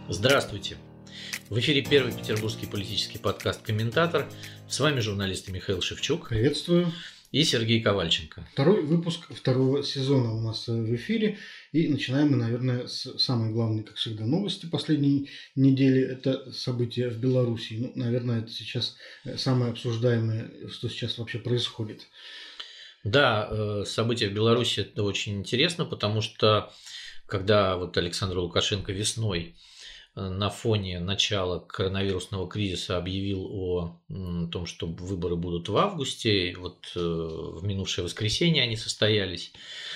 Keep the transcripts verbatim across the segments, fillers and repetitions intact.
Здравствуйте! В эфире первый петербургский политический подкаст «Комментатор». С вами журналисты Михаил Шевчук. Приветствую. И Сергей Ковальченко. Второй выпуск второго сезона у нас в эфире. И начинаем мы, наверное, с самой главной, как всегда, новости последней недели. Это события в Беларуси. Ну, наверное, это сейчас самое обсуждаемое, что сейчас вообще происходит. Да, события в Беларуси – это очень интересно, потому что когда вот Александр Лукашенко весной на фоне начала коронавирусного кризиса объявил о том, что выборы будут в августе, вот в минувшее воскресенье они состоялись,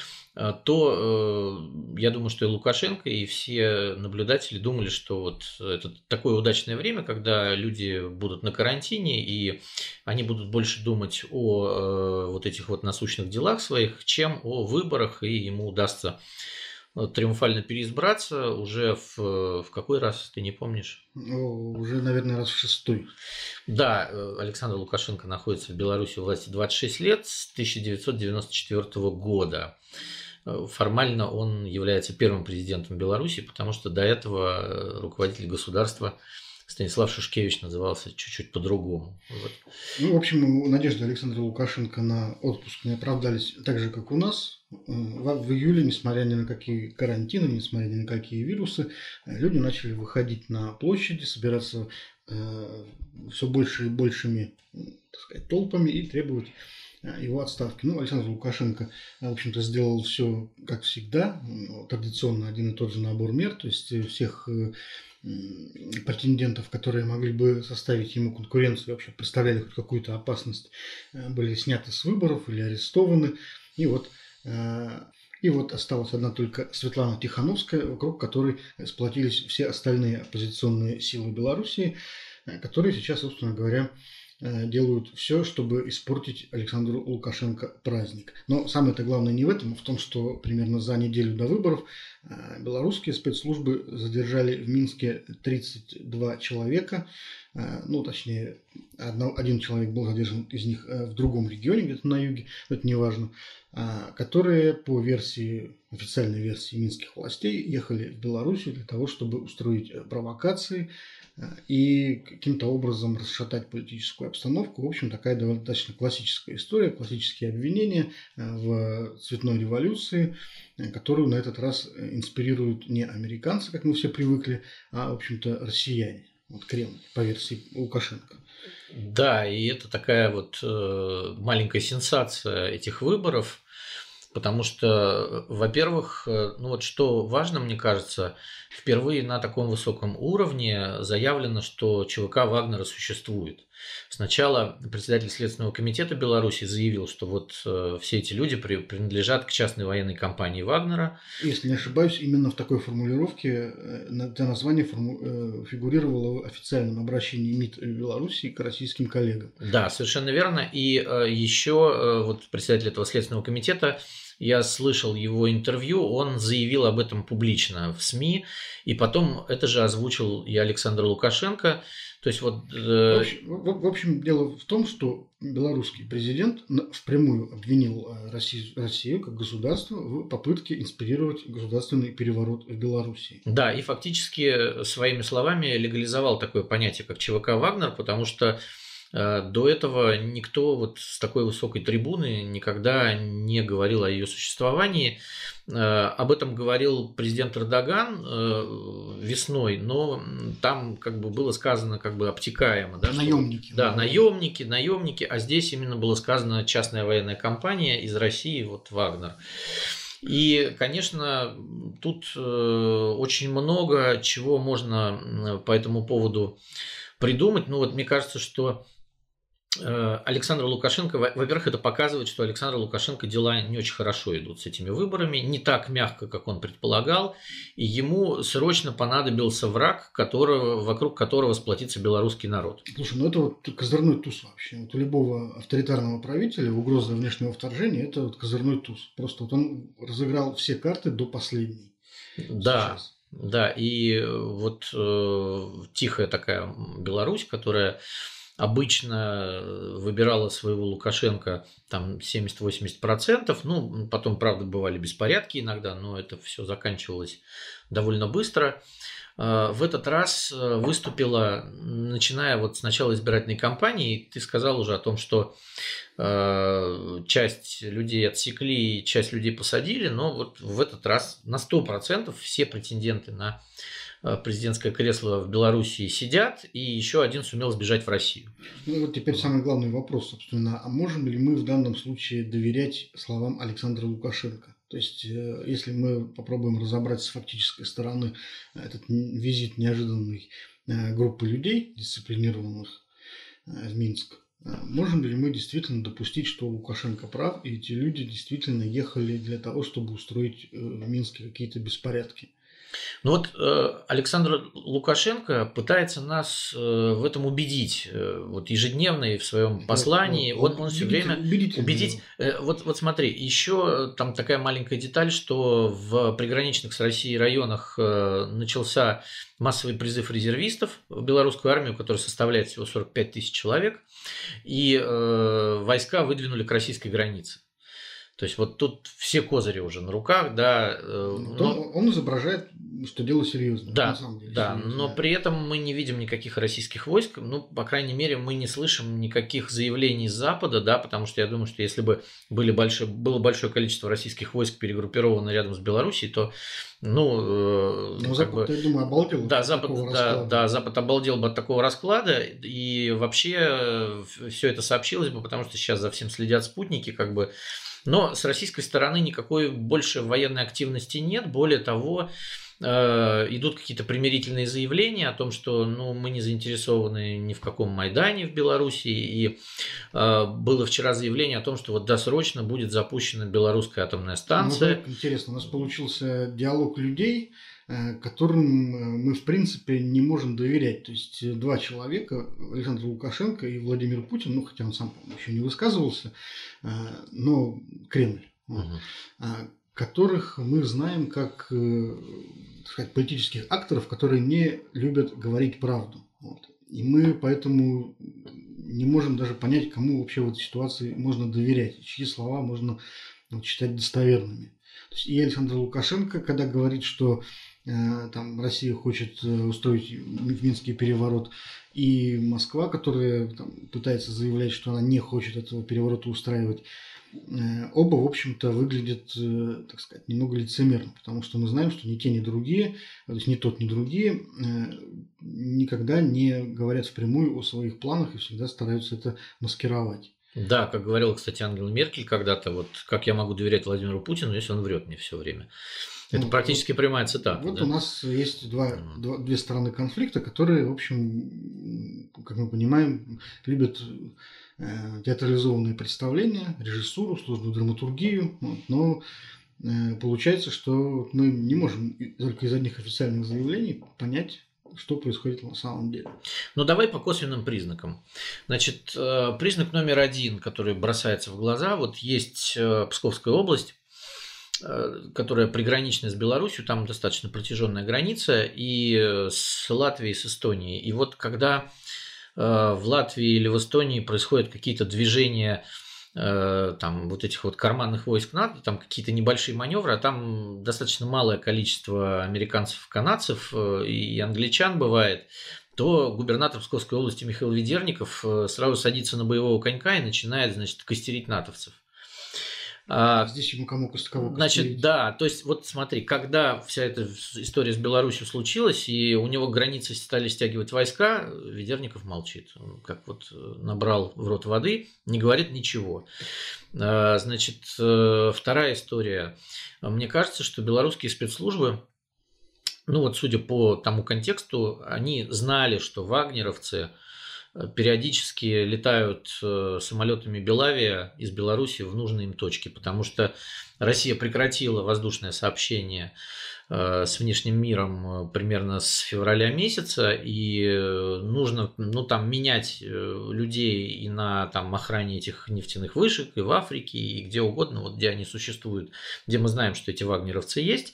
то я думаю, что и Лукашенко, и все наблюдатели думали, что вот это такое удачное время, когда люди будут на карантине, и они будут больше думать о вот этих вот насущных делах своих, чем о выборах, и ему удастся триумфально переизбраться уже в, в какой раз, ты не помнишь? Ну, уже, наверное, раз в шестой. Да, Александр Лукашенко находится в Беларуси у власти двадцать шесть лет, с тысяча девятьсот девяносто четвёртого года. Формально он является первым президентом Беларуси, потому что до этого руководитель государства Станислав Шушкевич назывался чуть-чуть по-другому. Вот. Ну, в общем, надежды Александра Лукашенко на отпуск не оправдались так же, как у нас. В июле, несмотря ни на какие карантины, несмотря ни на какие вирусы, люди начали выходить на площади, собираться э, все больше и большими, так сказать, толпами и требовать его отставки. Ну, Александр Лукашенко, в общем-то, сделал все как всегда, традиционно один и тот же набор мер, то есть всех претендентов, которые могли бы составить ему конкуренцию, вообще представляли хоть какую-то опасность, были сняты с выборов или арестованы. И вот, и вот осталась одна только Светлана Тихановская, вокруг которой сплотились все остальные оппозиционные силы Белоруссии, которые сейчас, собственно говоря, делают все, чтобы испортить Александру Лукашенко праздник. Но самое-то главное не в этом, а в том, что примерно за неделю до выборов белорусские спецслужбы задержали в Минске тридцать два человека, ну, точнее, один человек был задержан из них в другом регионе, где-то на юге, это не важно, которые по версии, официальной версии минских властей ехали в Белоруссию для того, чтобы устроить провокации и каким-то образом расшатать политическую обстановку. В общем, такая достаточно классическая история, классические обвинения в цветной революции, которую на этот раз инспирируют не американцы, как мы все привыкли, а, в общем-то, россияне. Вот Кремль, по версии Лукашенко. Да, и это такая вот э, маленькая сенсация этих выборов, потому что, во-первых, ну вот что важно, мне кажется, впервые на таком высоком уровне заявлено, что ЧВК Вагнера существует. Сначала председатель Следственного комитета Беларуси заявил, что вот все эти люди принадлежат к частной военной компании Вагнера. Если не ошибаюсь, именно в такой формулировке это название фигурировало в официальном обращении МИД Беларуси к российским коллегам. Да, совершенно верно. И еще вот председатель этого Следственного комитета, я слышал его интервью, он заявил об этом публично в СМИ, и потом это же озвучил и Александр Лукашенко. То есть вот, э... в, общем, в, в общем, дело в том, что белорусский президент впрямую обвинил Россию, Россию как государство в попытке инспирировать государственный переворот в Беларуси. Да, и фактически своими словами легализовал такое понятие, как ЧВК «Вагнер», потому что до этого никто вот с такой высокой трибуны никогда не говорил о ее существовании. Об этом говорил президент Эрдоган весной, но там как бы было сказано как бы обтекаемо. Да, наемники. Что, да, наемники, наемники, а здесь именно было сказано частная военная компания из России, вот Вагнер. И, конечно, тут очень много чего можно по этому поводу придумать. Ну вот мне кажется, что Александр Лукашенко, во-первых, это показывает, что Александр Лукашенко дела не очень хорошо идут с этими выборами, не так мягко, как он предполагал, и ему срочно понадобился враг, которого, вокруг которого сплотится белорусский народ. Слушай, ну это вот козырной туз вообще. Вот у любого авторитарного правителя угроза внешнего вторжения – это вот козырной туз. Просто вот он разыграл все карты до последней. Да. Сейчас. Да, и вот э, тихая такая Беларусь, которая обычно выбирала своего Лукашенко там семьдесят-восемьдесят процентов, ну, потом, правда, бывали беспорядки иногда, но это все заканчивалось довольно быстро. в этот раз выступила, начиная вот с начала избирательной кампании, ты сказал уже о том, что часть людей отсекли, часть людей посадили, но вот в этот раз на сто процентов все претенденты на президентское кресло в Белоруссии сидят, и еще один сумел сбежать в Россию. Ну вот теперь самый главный вопрос, собственно, а можем ли мы в данном случае доверять словам Александра Лукашенко? То есть, если мы попробуем разобрать с фактической стороны этот визит неожиданной группы людей, дисциплинированных в Минск, можем ли мы действительно допустить, что Лукашенко прав, и эти люди действительно ехали для того, чтобы устроить в Минске какие-то беспорядки? Ну вот э, Александр Лукашенко пытается нас э, в этом убедить, э, вот ежедневно и в своем послании, он, он все время убедить. Э, вот, вот смотри, еще там такая маленькая деталь, что в приграничных с Россией районах э, начался массовый призыв резервистов в белорусскую армию, которая составляет всего сорок пять тысяч человек, и э, войска выдвинули к российской границе. То есть вот тут все козыри уже на руках, да. Но... Он изображает, что дело серьезное. Да, на самом деле, да, серьезное. Но при этом мы не видим никаких российских войск, ну, по крайней мере, мы не слышим никаких заявлений с Запада, да, потому что я думаю, что если бы были большое, было большое количество российских войск перегруппировано рядом с Белоруссией, то, ну, Но Запад, бы, я думаю, обалдел. Да, Запад, да, да, Запад обалдел бы от такого расклада, и вообще все это сообщилось бы, потому что сейчас за всем следят спутники, как бы. Но с российской стороны никакой больше военной активности нет. Более того, идут какие-то примирительные заявления о том, что ну, мы не заинтересованы ни в каком Майдане в Белоруссии. И было вчера заявление о том, что вот досрочно будет запущена белорусская атомная станция. Ну, интересно, у нас получился диалог людей, которым мы, в принципе, не можем доверять. То есть, два человека, Александр Лукашенко и Владимир Путин, ну, хотя он сам, по-моему, еще не высказывался, но Кремль, угу. которых мы знаем как, так сказать, политических акторов, которые не любят говорить правду. Вот. И мы поэтому не можем даже понять, кому вообще в этой ситуации можно доверять, чьи слова можно вот, считать достоверными. То есть, и Александр Лукашенко, когда говорит, что там Россия хочет устроить в Минске переворот, и Москва, которая там, пытается заявлять, что она не хочет этого переворота устраивать, оба, в общем-то, выглядят, так сказать, немного лицемерно, потому что мы знаем, что ни те, ни другие, то есть ни тот, ни другие, никогда не говорят впрямую о своих планах и всегда стараются это маскировать. Да, как говорила, кстати, Ангела Меркель когда-то, вот как я могу доверять Владимиру Путину, если он врет мне все время. Это ну, практически вот, прямая цитата. Вот да? У нас есть два, mm. два, две стороны конфликта, которые, в общем, как мы понимаем, любят э, театрализованные представления, режиссуру, сложную драматургию. Вот, но э, получается, что мы не можем только из одних официальных заявлений понять, что происходит на самом деле. Ну, давай по косвенным признакам. Значит, э, признак номер один, который бросается в глаза, вот есть э, Псковская область, которая пригранична с Беларусью, там достаточно протяженная граница, и с Латвией, с Эстонией. И вот когда в Латвии или в Эстонии происходят какие-то движения там вот этих вот карманных войск НАТО, там какие-то небольшие маневры, а там достаточно малое количество американцев, канадцев и англичан бывает, то губернатор Псковской области Михаил Ведерников сразу садится на боевого конька и начинает, значит, костерить натовцев. А здесь ему кому кого Значит, да, то есть вот смотри, когда вся эта история с Беларусью случилась, и у него границы стали стягивать войска, Ведерников молчит. Он как вот набрал в рот воды, не говорит ничего. Значит, вторая история. Мне кажется, что белорусские спецслужбы, ну вот судя по тому контексту, они знали, что вагнеровцы периодически летают самолетами Белавия из Беларуси в нужные им точки, потому что Россия прекратила воздушное сообщение с внешним миром примерно с февраля месяца, и нужно ну, там, менять людей и на там, охране этих нефтяных вышек, и в Африке, и где угодно, вот, где они существуют, где мы знаем, что эти вагнеровцы есть.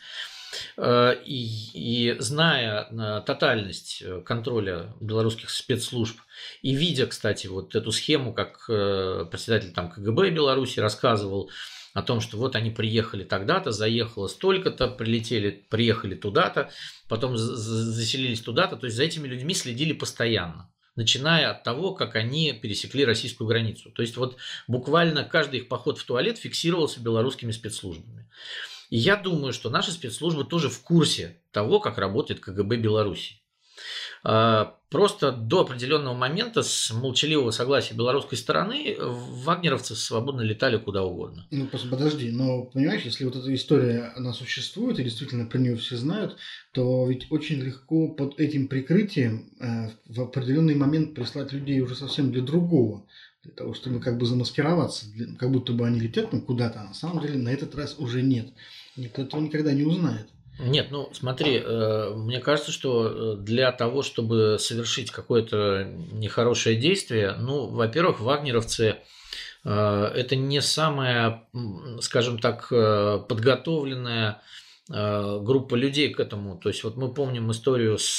И, и зная тотальность контроля белорусских спецслужб и видя, кстати, вот эту схему, как председатель там, КГБ Беларуси рассказывал о том, что вот они приехали тогда-то, заехало столько-то, прилетели, приехали туда-то, потом заселились туда-то. То есть за этими людьми следили постоянно, начиная от того, как они пересекли российскую границу. То есть вот буквально каждый их поход в туалет фиксировался белорусскими спецслужбами. И я думаю, что наши спецслужбы тоже в курсе того, как работает КГБ Беларуси. Просто до определенного момента с молчаливого согласия белорусской стороны вагнеровцы свободно летали куда угодно. Ну, просто подожди, но понимаешь, если вот эта история, она существует, и действительно про нее все знают, то ведь очень легко под этим прикрытием э, в определенный момент прислать людей уже совсем для другого, для того, чтобы как бы замаскироваться, для, как будто бы они летят там куда-то, а на самом деле на этот раз уже нет. Никто этого никогда не узнает. Нет, ну смотри, мне кажется, что для того, чтобы совершить какое-то нехорошее действие, ну, во-первых, вагнеровцы это не самая, скажем так, подготовленная группа людей к этому. То есть вот мы помним историю с,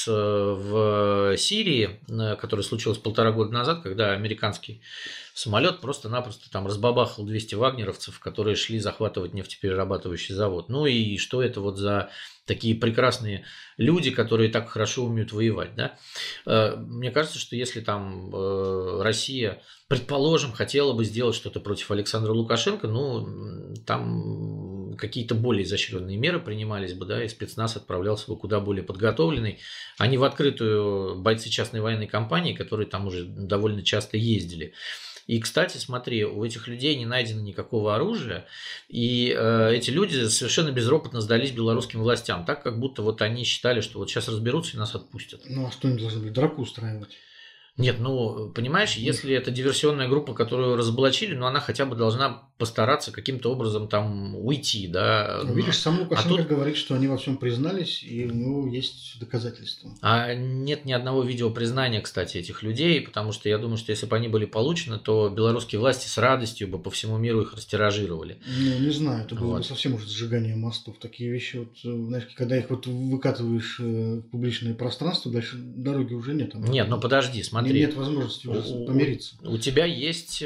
в Сирии, которая случилась полтора года назад, когда американский самолет просто-напросто там разбабахал двести вагнеровцев, которые шли захватывать нефтеперерабатывающий завод. Ну и что это вот за такие прекрасные люди, которые так хорошо умеют воевать, да? Мне кажется, что если там Россия, предположим, хотела бы сделать что-то против Александра Лукашенко, ну, там какие-то более изощренные меры принимались бы, да, и спецназ отправлялся бы куда более подготовленный, а не в открытую бойцы частной военной компании, которые там уже довольно часто ездили. И, кстати, смотри, у этих людей не найдено никакого оружия, и э, эти люди совершенно безропотно сдались белорусским властям, так как будто вот они считали, что вот сейчас разберутся и нас отпустят. Ну, а что им должны быть? Драку устраивать? Нет, ну, понимаешь, если это диверсионная группа, которую разоблачили, ну, она хотя бы должна постараться каким-то образом там уйти, да. Ну, видишь, сам Лукашенко а тут... говорит, что они во всем признались, и у него есть доказательства. А нет ни одного видео признания, кстати, этих людей, потому что я думаю, что если бы они были получены, то белорусские власти с радостью бы по всему миру их растиражировали. Ну, не знаю, это было вот. бы совсем уже сжигание мостов. Такие вещи, вот, знаешь, когда их вот выкатываешь в публичное пространство, дальше дороги уже нет. Там нет, ну подожди, смотри. Нет возможности уже у, помириться. У, у тебя есть,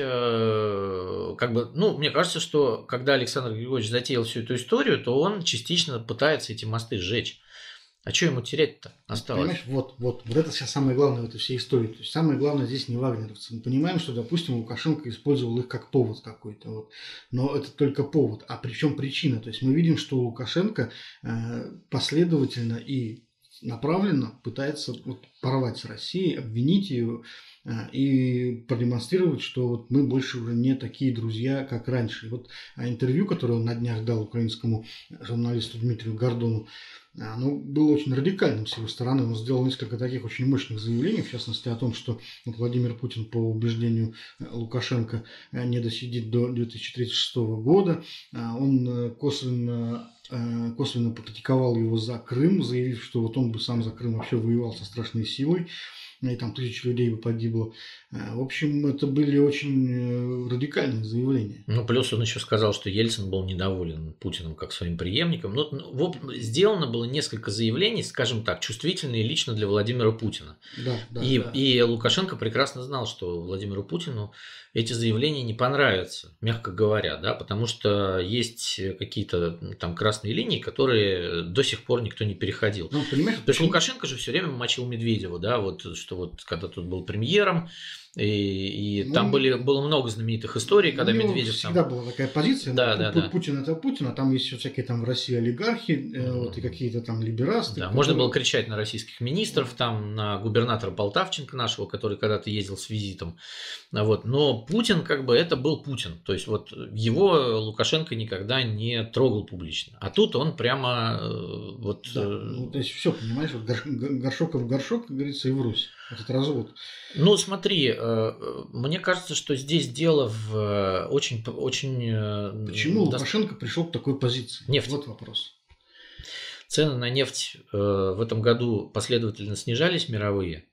э, как бы, ну, мне кажется, что когда Александр Григорьевич затеял всю эту историю, то он частично пытается эти мосты сжечь. А что ему терять-то осталось? Понимаешь, вот, вот, вот это сейчас самое главное в этой всей истории. То есть самое главное здесь не вагнеровцы. Мы понимаем, что, допустим, Лукашенко использовал их как повод какой-то. Вот. Но это только повод. А при чем причина? То есть мы видим, что Лукашенко э, последовательно и направленно пытается вот, порвать с Россией, обвинить ее э, и продемонстрировать, что вот мы больше уже не такие друзья, как раньше. И вот а интервью, которое он на днях дал украинскому журналисту Дмитрию Гордону, оно было очень радикальным с его стороны. Он сделал несколько таких очень мощных заявлений, в частности о том, что Владимир Путин, по убеждению Лукашенко, не досидит до две тысячи тридцать шестого года. Он косвенно, косвенно покритиковал его за Крым, заявив, что вот он бы сам за Крым вообще воевал со страшной силой, и там тысячи людей бы погибло. В общем, это были очень радикальные заявления. Ну, плюс он еще сказал, что Ельцин был недоволен Путиным как своим преемником. Ну, вот, сделано было несколько заявлений, скажем так, чувствительные лично для Владимира Путина. Да, да, и, да. и Лукашенко прекрасно знал, что Владимиру Путину эти заявления не понравятся, мягко говоря, да, потому что есть какие-то там красные линии, которые до сих пор никто не переходил. Ну, понимаешь, То есть Лукашенко же все время мочил Медведева, да, вот что вот когда тут был премьером, и, и ну, там были, было много знаменитых историй, когда Медведев... Всегда там... была такая позиция, да, да, да, Путин да. это Путин, а там есть еще всякие там в России олигархи, mm-hmm. вот, и какие-то там либерасты. Да, которые... можно было кричать на российских министров, там, на губернатора Полтавченко нашего, который когда-то ездил с визитом. Вот. Но Путин, как бы, это был Путин. То есть, вот его Лукашенко никогда не трогал публично. А тут он прямо... Вот... Да, ну, то есть, все, понимаешь, вот горшок в горшок, как говорится, и врозь. Этот развод. Ну, смотри, мне кажется, что здесь дело в очень... очень Почему до... Лукашенко пришел к такой позиции? Нефть. Вот вопрос. Цены на нефть в этом году последовательно снижались, мировые.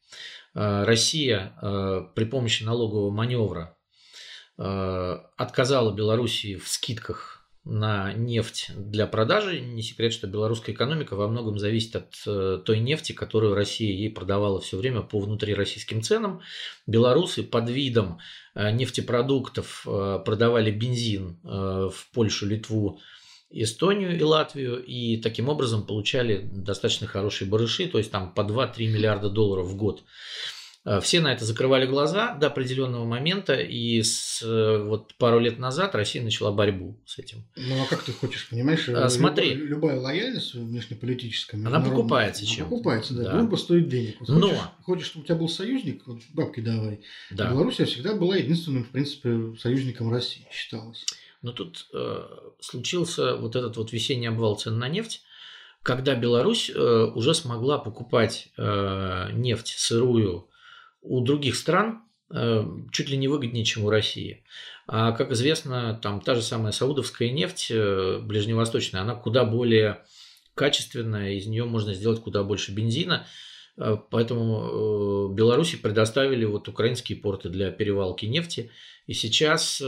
Россия при помощи налогового маневра отказала Белоруссии в скидках на нефть для продажи. Не секрет, что белорусская экономика во многом зависит от той нефти, которую Россия ей продавала все время по внутрироссийским ценам. Белорусы под видом нефтепродуктов продавали бензин в Польшу, Литву, Эстонию и Латвию, и таким образом получали достаточно хорошие барыши, то есть там по два-три миллиарда долларов в год. Все на это закрывали глаза до определенного момента, и с, вот пару лет назад Россия начала борьбу с этим. Ну а как ты хочешь, понимаешь? А, смотри, любая, любая лояльность внешнеполитическая, она покупается она чем-то. покупается, да. Да. Дружба стоит денег. Вот Но хочешь, хочешь, чтобы у тебя был союзник, вот бабки давай. да. Белоруссия всегда была единственным, в принципе, союзником России, считалось. Но тут э, случился вот этот вот весенний обвал цен на нефть, когда Беларусь э, уже смогла покупать э, нефть сырую у других стран э, чуть ли не выгоднее, чем у России. А как известно, там та же самая саудовская нефть, э, ближневосточная, она куда более качественная, из нее можно сделать куда больше бензина. Э, поэтому э, Беларуси предоставили вот украинские порты для перевалки нефти. И сейчас,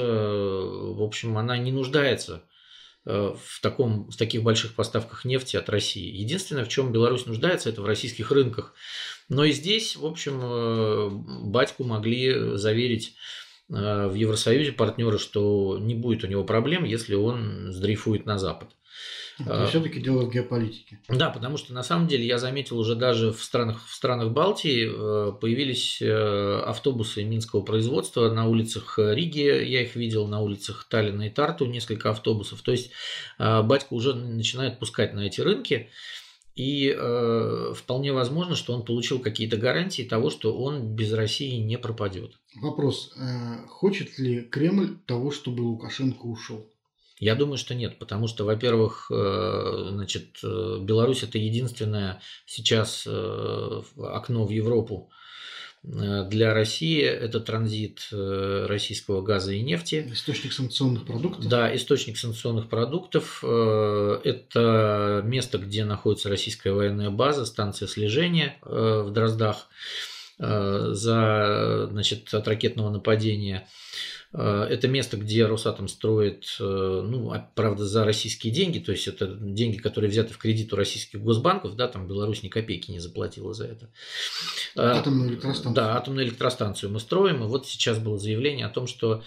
в общем, она не нуждается в, таком, в таких больших поставках нефти от России. Единственное, в чем Беларусь нуждается, это в российских рынках. Но и здесь, в общем, батьку могли заверить в Евросоюзе партнеры, что не будет у него проблем, если он сдрейфует на Запад. Это все-таки дело в геополитике. Да, потому что на самом деле я заметил уже даже в странах, в странах Балтии появились автобусы минского производства на улицах Риги, я их видел на улицах Таллина и Тарту, несколько автобусов. То есть батька уже начинает пускать на эти рынки, и вполне возможно, что он получил какие-то гарантии того, что он без России не пропадет. Вопрос, хочет ли Кремль того, чтобы Лукашенко ушел? Я думаю, что нет, потому что, во-первых, значит, Беларусь – это единственное сейчас окно в Европу для России. Это транзит российского газа и нефти. Источник санкционных продуктов. Да, источник санкционных продуктов. Это место, где находится российская военная база, станция слежения в Дроздах за, значит, от ракетного нападения. Это место, где Росатом строит, ну, правда, за российские деньги, то есть это деньги, которые взяты в кредит у российских госбанков, да, там Беларусь ни копейки не заплатила за это. Атомную электростанцию. Да, атомную электростанцию мы строим, и вот сейчас было заявление о том, что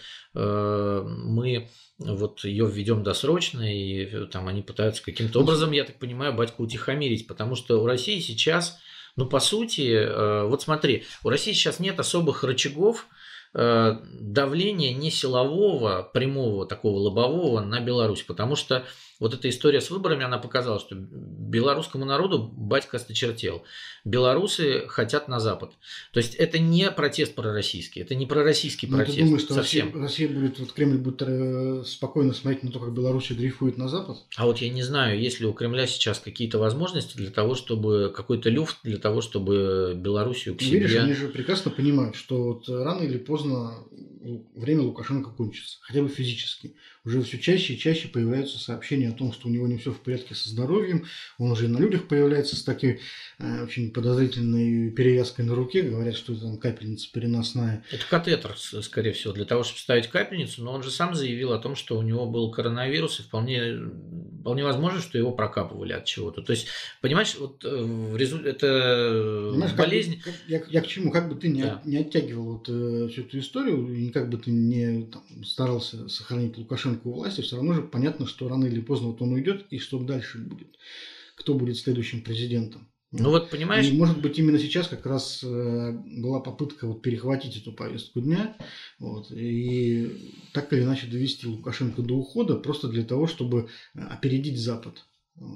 мы вот ее введем досрочно, и там они пытаются каким-то образом, я так понимаю, батьку утихомирить, потому что у России сейчас, ну, по сути, вот смотри, у России сейчас нет особых рычагов давления не силового, прямого, такого лобового на Беларусь, потому что вот эта история с выборами, она показала, что белорусскому народу батька осточертел. Белорусы хотят на Запад. То есть это не протест пророссийский, это не пророссийский Но протест. Ты думаешь, что совсем. Россия, Россия будет, вот Кремль будет спокойно смотреть на то, как Беларусь дрейфует на Запад? А вот я не знаю, есть ли у Кремля сейчас какие-то возможности для того, чтобы какой-то люфт для того, чтобы Белоруссию к себе... Видишь, они же прекрасно понимают, что вот рано или поздно время Лукашенко кончится, хотя бы физически. Уже все чаще и чаще появляются сообщения о том, что у него не все в порядке со здоровьем, он уже и на людях появляется с такой э, очень подозрительной перевязкой на руке, говорят, что это там капельница переносная. Это катетер, скорее всего, для того, чтобы ставить капельницу, но он же сам заявил о том, что у него был коронавирус, и вполне, вполне возможно, что его прокапывали от чего-то. То есть, понимаешь, вот в результате это понимаешь, болезнь... Как бы, я, я к чему? Как бы ты не, да. не оттягивал вот, э, всю эту историю, и как бы ты не там, старался сохранить Лукашенко у власти, все равно же понятно, что рано или поздно вот он уйдет, и что дальше будет. Кто будет следующим президентом. Ну вот, понимаешь... И, может быть, именно сейчас как раз э, была попытка вот перехватить эту повестку дня, вот, и так или иначе довести Лукашенко до ухода, просто для того, чтобы опередить Запад.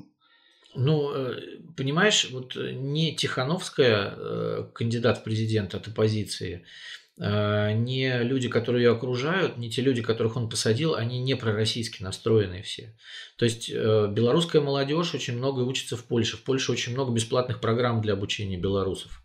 Ну, понимаешь, вот не Тихановская, кандидат в президенты от оппозиции, не люди, которые ее окружают, не те люди, которых он посадил, они не пророссийски настроенные все. То есть белорусская молодежь очень много учится в Польше. В Польше очень много бесплатных программ для обучения белорусов.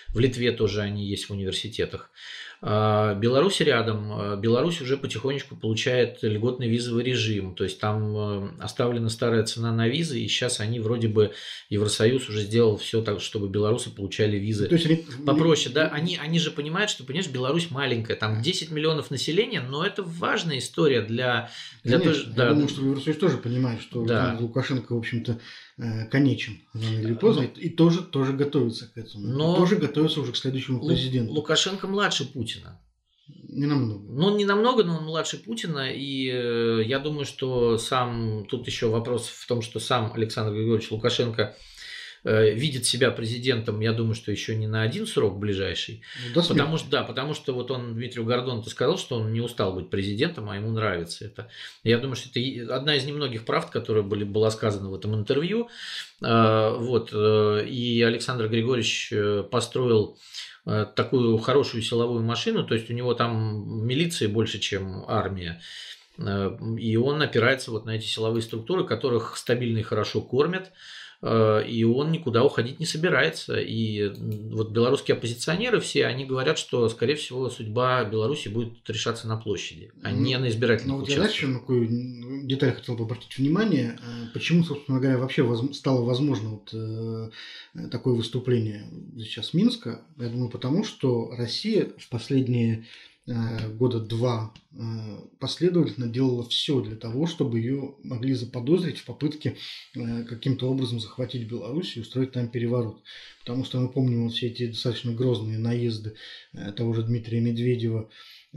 В Литве тоже они есть в университетах. Беларусь рядом. Беларусь уже потихонечку получает льготный визовый режим. То есть там оставлена старая цена на визы, и сейчас они вроде бы, Евросоюз уже сделал все так, чтобы белорусы получали визы То есть они... попроще. Да? Они, они же понимают, что, понимаешь, Беларусь маленькая, там десять миллионов населения, но это важная история для... для Конечно, той... я да. думаю, что Евросоюз тоже понимает, что да. Лукашенко, в общем-то, конечен рано или поздно, но... и тоже, тоже готовится к этому. Но... И тоже готовится уже к следующему президенту. Лукашенко младше Путина. Не намного. Ну, не намного, но он младше Путина, и э, я думаю, что сам, тут еще вопрос в том, что сам Александр Григорьевич Лукашенко э, видит себя президентом, я думаю, что еще не на один срок ближайший, ну, потому что, да, потому что вот он, Дмитрию Гордону-то сказал, что он не устал быть президентом, а ему нравится это. Я думаю, что это одна из немногих правд, которая были, была сказана в этом интервью, э, вот, э, и Александр Григорьевич построил такую хорошую силовую машину, то есть у него там милиции больше, чем армия, и он опирается вот на эти силовые структуры, которых стабильно и хорошо кормят, и он никуда уходить не собирается. И вот белорусские оппозиционеры все, они говорят, что, скорее всего, судьба Беларуси будет решаться на площади, а ну, не на избирательных ну, участках. Я еще на какую деталь хотел бы обратить внимание. Почему, собственно говоря, вообще стало возможно вот такое выступление сейчас Минска? Я думаю, потому что Россия в последние года два последовательно делала все для того, чтобы ее могли заподозрить в попытке каким-то образом захватить Беларусь и устроить там переворот. Потому что мы помним вот все эти достаточно грозные наезды того же Дмитрия Медведева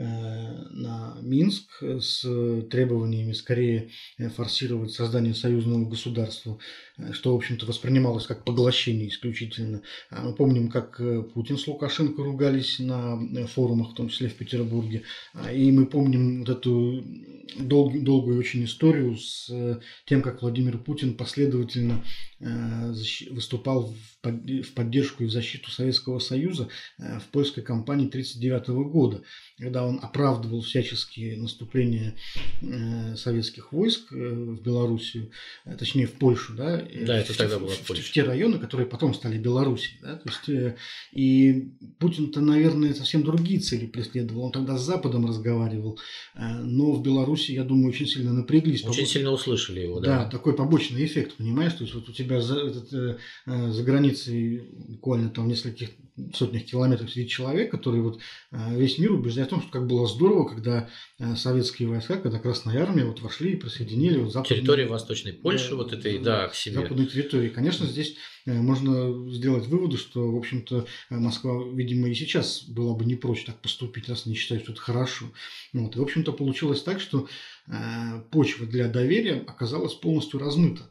на Минск с требованиями скорее форсировать создание союзного государства, что, в общем-то, воспринималось как поглощение исключительно. Мы помним, как Путин с Лукашенко ругались на форумах, в том числе в Петербурге. И мы помним вот эту дол- долгую очень историю с тем, как Владимир Путин последовательно выступал в поддержку и в защиту Советского Союза в польской кампании тысяча девятьсот тридцать девятого года, когда он оправдывал всяческие наступления советских войск в Белоруссию, точнее в Польшу, да, да, это в, тогда в, было в, в, Польше. в те районы, которые потом стали Белоруссией. Да, то есть, и Путин-то, наверное, совсем другие цели преследовал. Он тогда с Западом разговаривал, но в Беларуси, я думаю, очень сильно напряглись. Очень побо... сильно услышали его, да. Да, такой побочный эффект, понимаешь? То есть вот у тебя за, этот, за границей буквально там в нескольких сотнях километров сидит человек, который вот весь мир убеждает в том, что как было здорово, когда советские войска, когда Красная Армия вот вошли и присоединили вот западную... территорию Восточной Польши, да, вот этой, да, к себе. Западной территории. Конечно, здесь можно сделать выводы, что, в общем-то, Москва, видимо, и сейчас была бы не прочь так поступить, раз они считают, что это хорошо. Вот. И, в общем-то, получилось так, что почва для доверия оказалась полностью размыта.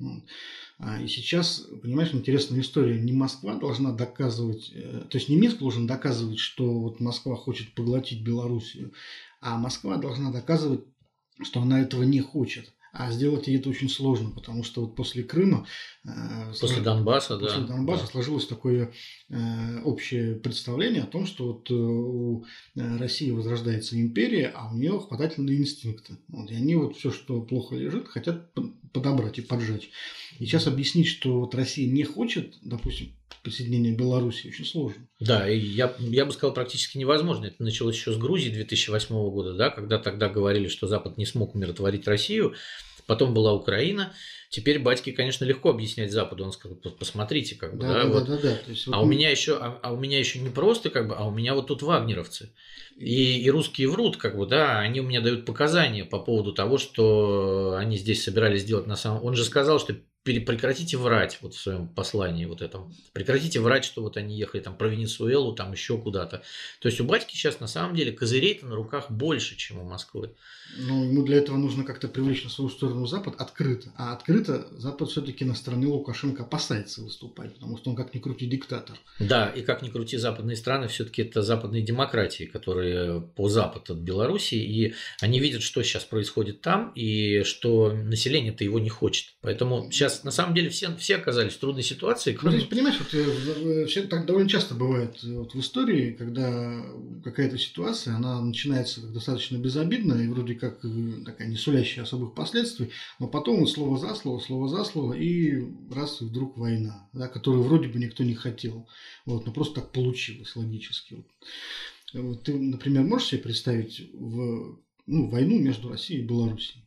И сейчас, понимаешь, интересная история. Не Москва должна доказывать, то есть не Минск должен доказывать, что вот Москва хочет поглотить Белоруссию, а Москва должна доказывать, что она этого не хочет. А сделать ей это очень сложно, потому что вот после Крыма... После Донбасса, после да. Донбасса да. сложилось такое э, общее представление о том, что вот у России возрождается империя, а у нее хватательные инстинкты. Вот, и они вот все, что плохо лежит, хотят подобрать и поджать. И сейчас объяснить, что вот Россия не хочет, допустим, присоединения Беларуси, очень сложно. Да, и я, я бы сказал, практически невозможно. Это началось еще с Грузии две тысячи восьмого года, да, когда тогда говорили, что Запад не смог умиротворить Россию. Потом была Украина. Теперь батьке, конечно, легко объяснять Западу. Он сказал, посмотрите, как бы, да, да, да, вот. да, да, да. То есть, а вот... у меня еще, а, а у меня еще не просто, как бы, а у меня вот тут вагнеровцы. И, и русские врут, как бы, да, они у меня дают показания по поводу того, что они здесь собирались сделать на самом... Он же сказал, что прекратите врать вот в своем послании вот этом. Прекратите врать, что вот они ехали там про Венесуэлу, там еще куда-то. То есть у батьки сейчас на самом деле козырей-то на руках больше, чем у Москвы. Но ему для этого нужно как-то привлечь на свою сторону Запад открыто. А открыто Запад все-таки на стороне Лукашенко опасается выступать, потому что он как ни крути диктатор. Да, и как ни крути, западные страны все-таки это западные демократии, которые по запад от Белоруссии, и они видят, что сейчас происходит там, и что население-то его не хочет. Поэтому сейчас сейчас на самом деле все, все оказались в трудной ситуации. Ну, Кроме... здесь, понимаешь, вот, э, все, так довольно часто бывает вот, в истории, когда какая-то ситуация, она начинается как достаточно безобидно и вроде как э, такая не сулящая особых последствий, но потом вот слово за слово, слово за слово, и раз, и вдруг война, да, которую вроде бы никто не хотел. Вот, но просто так получилось логически. Вот. Вот ты, например, можешь себе представить в, ну, войну между Россией и Белоруссией?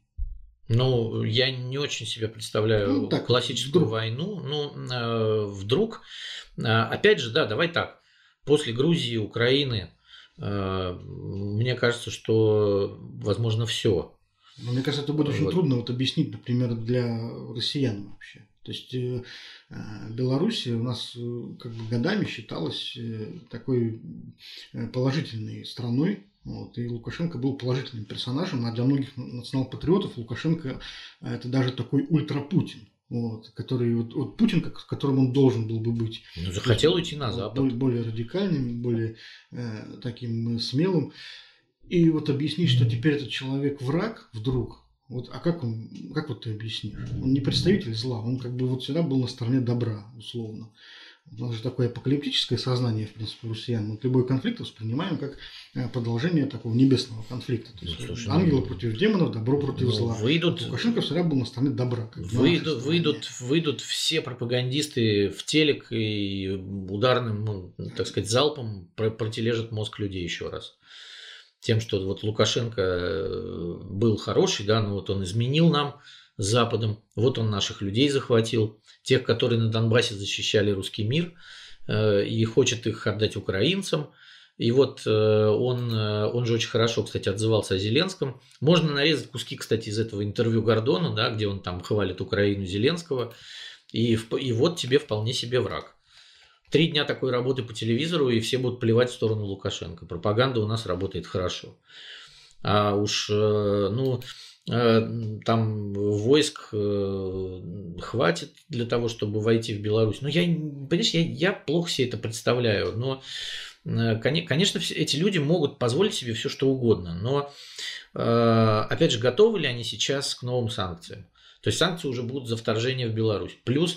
Ну, я не очень себе представляю Ну, так, классическую вдруг. войну. Ну, э, вдруг, э, опять же, да, давай так. После Грузии, Украины, э, мне кажется, что возможно все. Но мне кажется, это будет очень Вот. трудно вот объяснить, например, для россиян вообще. То есть э, э, Белоруссия у нас э, как бы годами считалась э, такой э, положительной страной. Вот, и Лукашенко был положительным персонажем, а для многих национал-патриотов Лукашенко э, это даже такой ультра-Путин. Вот, который вот, вот Путин, как, которым он должен был бы быть. Ну, захотел есть, уйти на Запад. Более, более радикальным, более э, таким смелым. И вот объяснить, что теперь этот человек враг вдруг, вот, а как он, как вот ты объяснишь? Он не представитель зла, он как бы вот всегда был на стороне добра, условно. У нас же такое апокалиптическое сознание, в принципе, у россиян. Мы любой конфликт воспринимаем как продолжение такого небесного конфликта. То есть, ну, слушай, ангелы ну, против демонов, добро против ну, зла. Выйдут, вот Лукашенко всегда был на стороне добра. Как выйдут, выйдут, выйдут все пропагандисты в телек и ударным, ну, так сказать, залпом протилежат мозг людей еще раз. Тем, что вот Лукашенко был хороший, да, но вот он изменил нам с Западом, вот он наших людей захватил, тех, которые на Донбассе защищали русский мир, и хочет их отдать украинцам. И вот он, он же очень хорошо, кстати, отзывался о Зеленском. Можно нарезать куски, кстати, из этого интервью Гордону, да, где он там хвалит Украину, Зеленского, и, и вот тебе вполне себе враг. Три дня такой работы по телевизору, и все будут плевать в сторону Лукашенко. Пропаганда у нас работает хорошо. А уж, ну, там войск хватит для того, чтобы войти в Беларусь. Ну, я, понимаешь, я, я плохо себе это представляю. Но, конечно, эти люди могут позволить себе все, что угодно. Но, опять же, готовы ли они сейчас к новым санкциям? То есть санкции уже будут за вторжение в Беларусь. Плюс,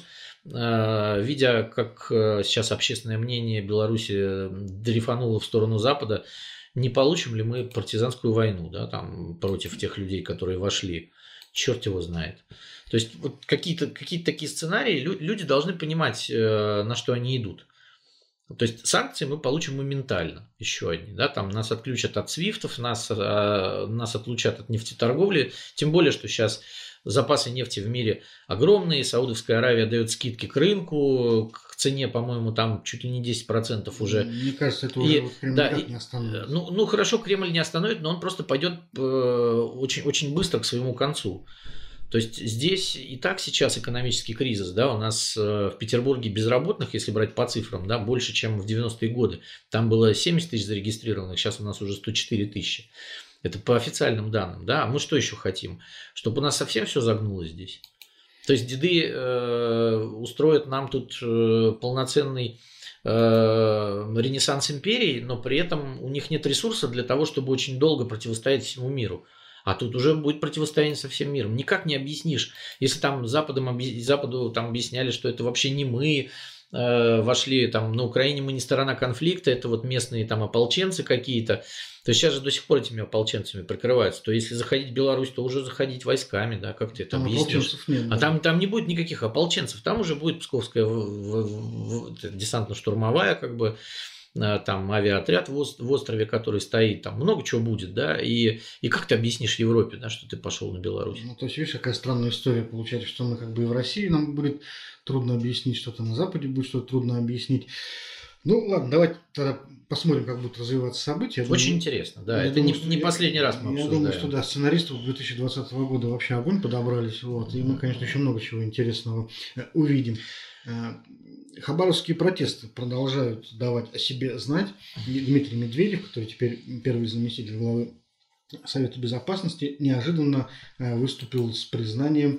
видя, как сейчас общественное мнение Беларуси дрейфануло в сторону Запада, не получим ли мы партизанскую войну, да, там, против тех людей, которые вошли? Черт его знает. То есть вот какие-то, какие-то такие сценарии, люди должны понимать, на что они идут. То есть санкции мы получим моментально, еще одни, да, там нас отключат от свифтов, нас, нас отлучат от нефтеторговли, тем более, что сейчас запасы нефти в мире огромные, Саудовская Аравия дает скидки к рынку, к цене, по-моему, там чуть ли не десять процентов уже. Мне кажется, это уже и, вот Кремль да, никак и, не остановит. Ну, ну, хорошо, Кремль не остановит, но он просто пойдет э, очень, очень быстро к своему концу. То есть здесь и так сейчас экономический кризис, да, у нас в Петербурге безработных, если брать по цифрам, да, больше, чем в девяностые годы. Там было семьдесят тысяч зарегистрированных, сейчас у нас уже сто четыре тысячи. Это по официальным данным, да. А мы что еще хотим? Чтобы у нас совсем все загнулось здесь. То есть деды э, устроят нам тут э, полноценный э, ренессанс империи, но при этом у них нет ресурса для того, чтобы очень долго противостоять всему миру. А тут уже будет противостояние со всем миром. Никак не объяснишь. Если там Западом, Западу там объясняли, что это вообще не мы э, вошли, там на Украине мы не сторона конфликта, это вот местные там ополченцы какие-то. То есть сейчас же до сих пор этими ополченцами прикрываются. То если заходить в Беларусь, то уже заходить войсками, да, как ты это там объяснишь? Нет, да. А там, там не будет никаких ополченцев, там уже будет Псковская десантно-штурмовая, как бы, там авиаотряд в острове, который стоит, там много чего будет, да, и, и как ты объяснишь Европе, да, что ты пошел на Беларусь? Ну, то есть, видишь, какая странная история получается, что мы как бы и в России нам будет трудно объяснить, что-то на Западе будет что-то трудно объяснить. Ну, ладно, давайте тогда посмотрим, как будут развиваться события. Очень думаю, интересно, да, это думаю, не, не последний раз мы я обсуждаем. Я думаю, что да, сценаристов две тысячи двадцатого года вообще огонь подобрались, вот, и мы, конечно, еще много чего интересного увидим. Хабаровские протесты продолжают давать о себе знать. Дмитрий Медведев, который теперь первый заместитель главы Совета Безопасности, неожиданно выступил с признанием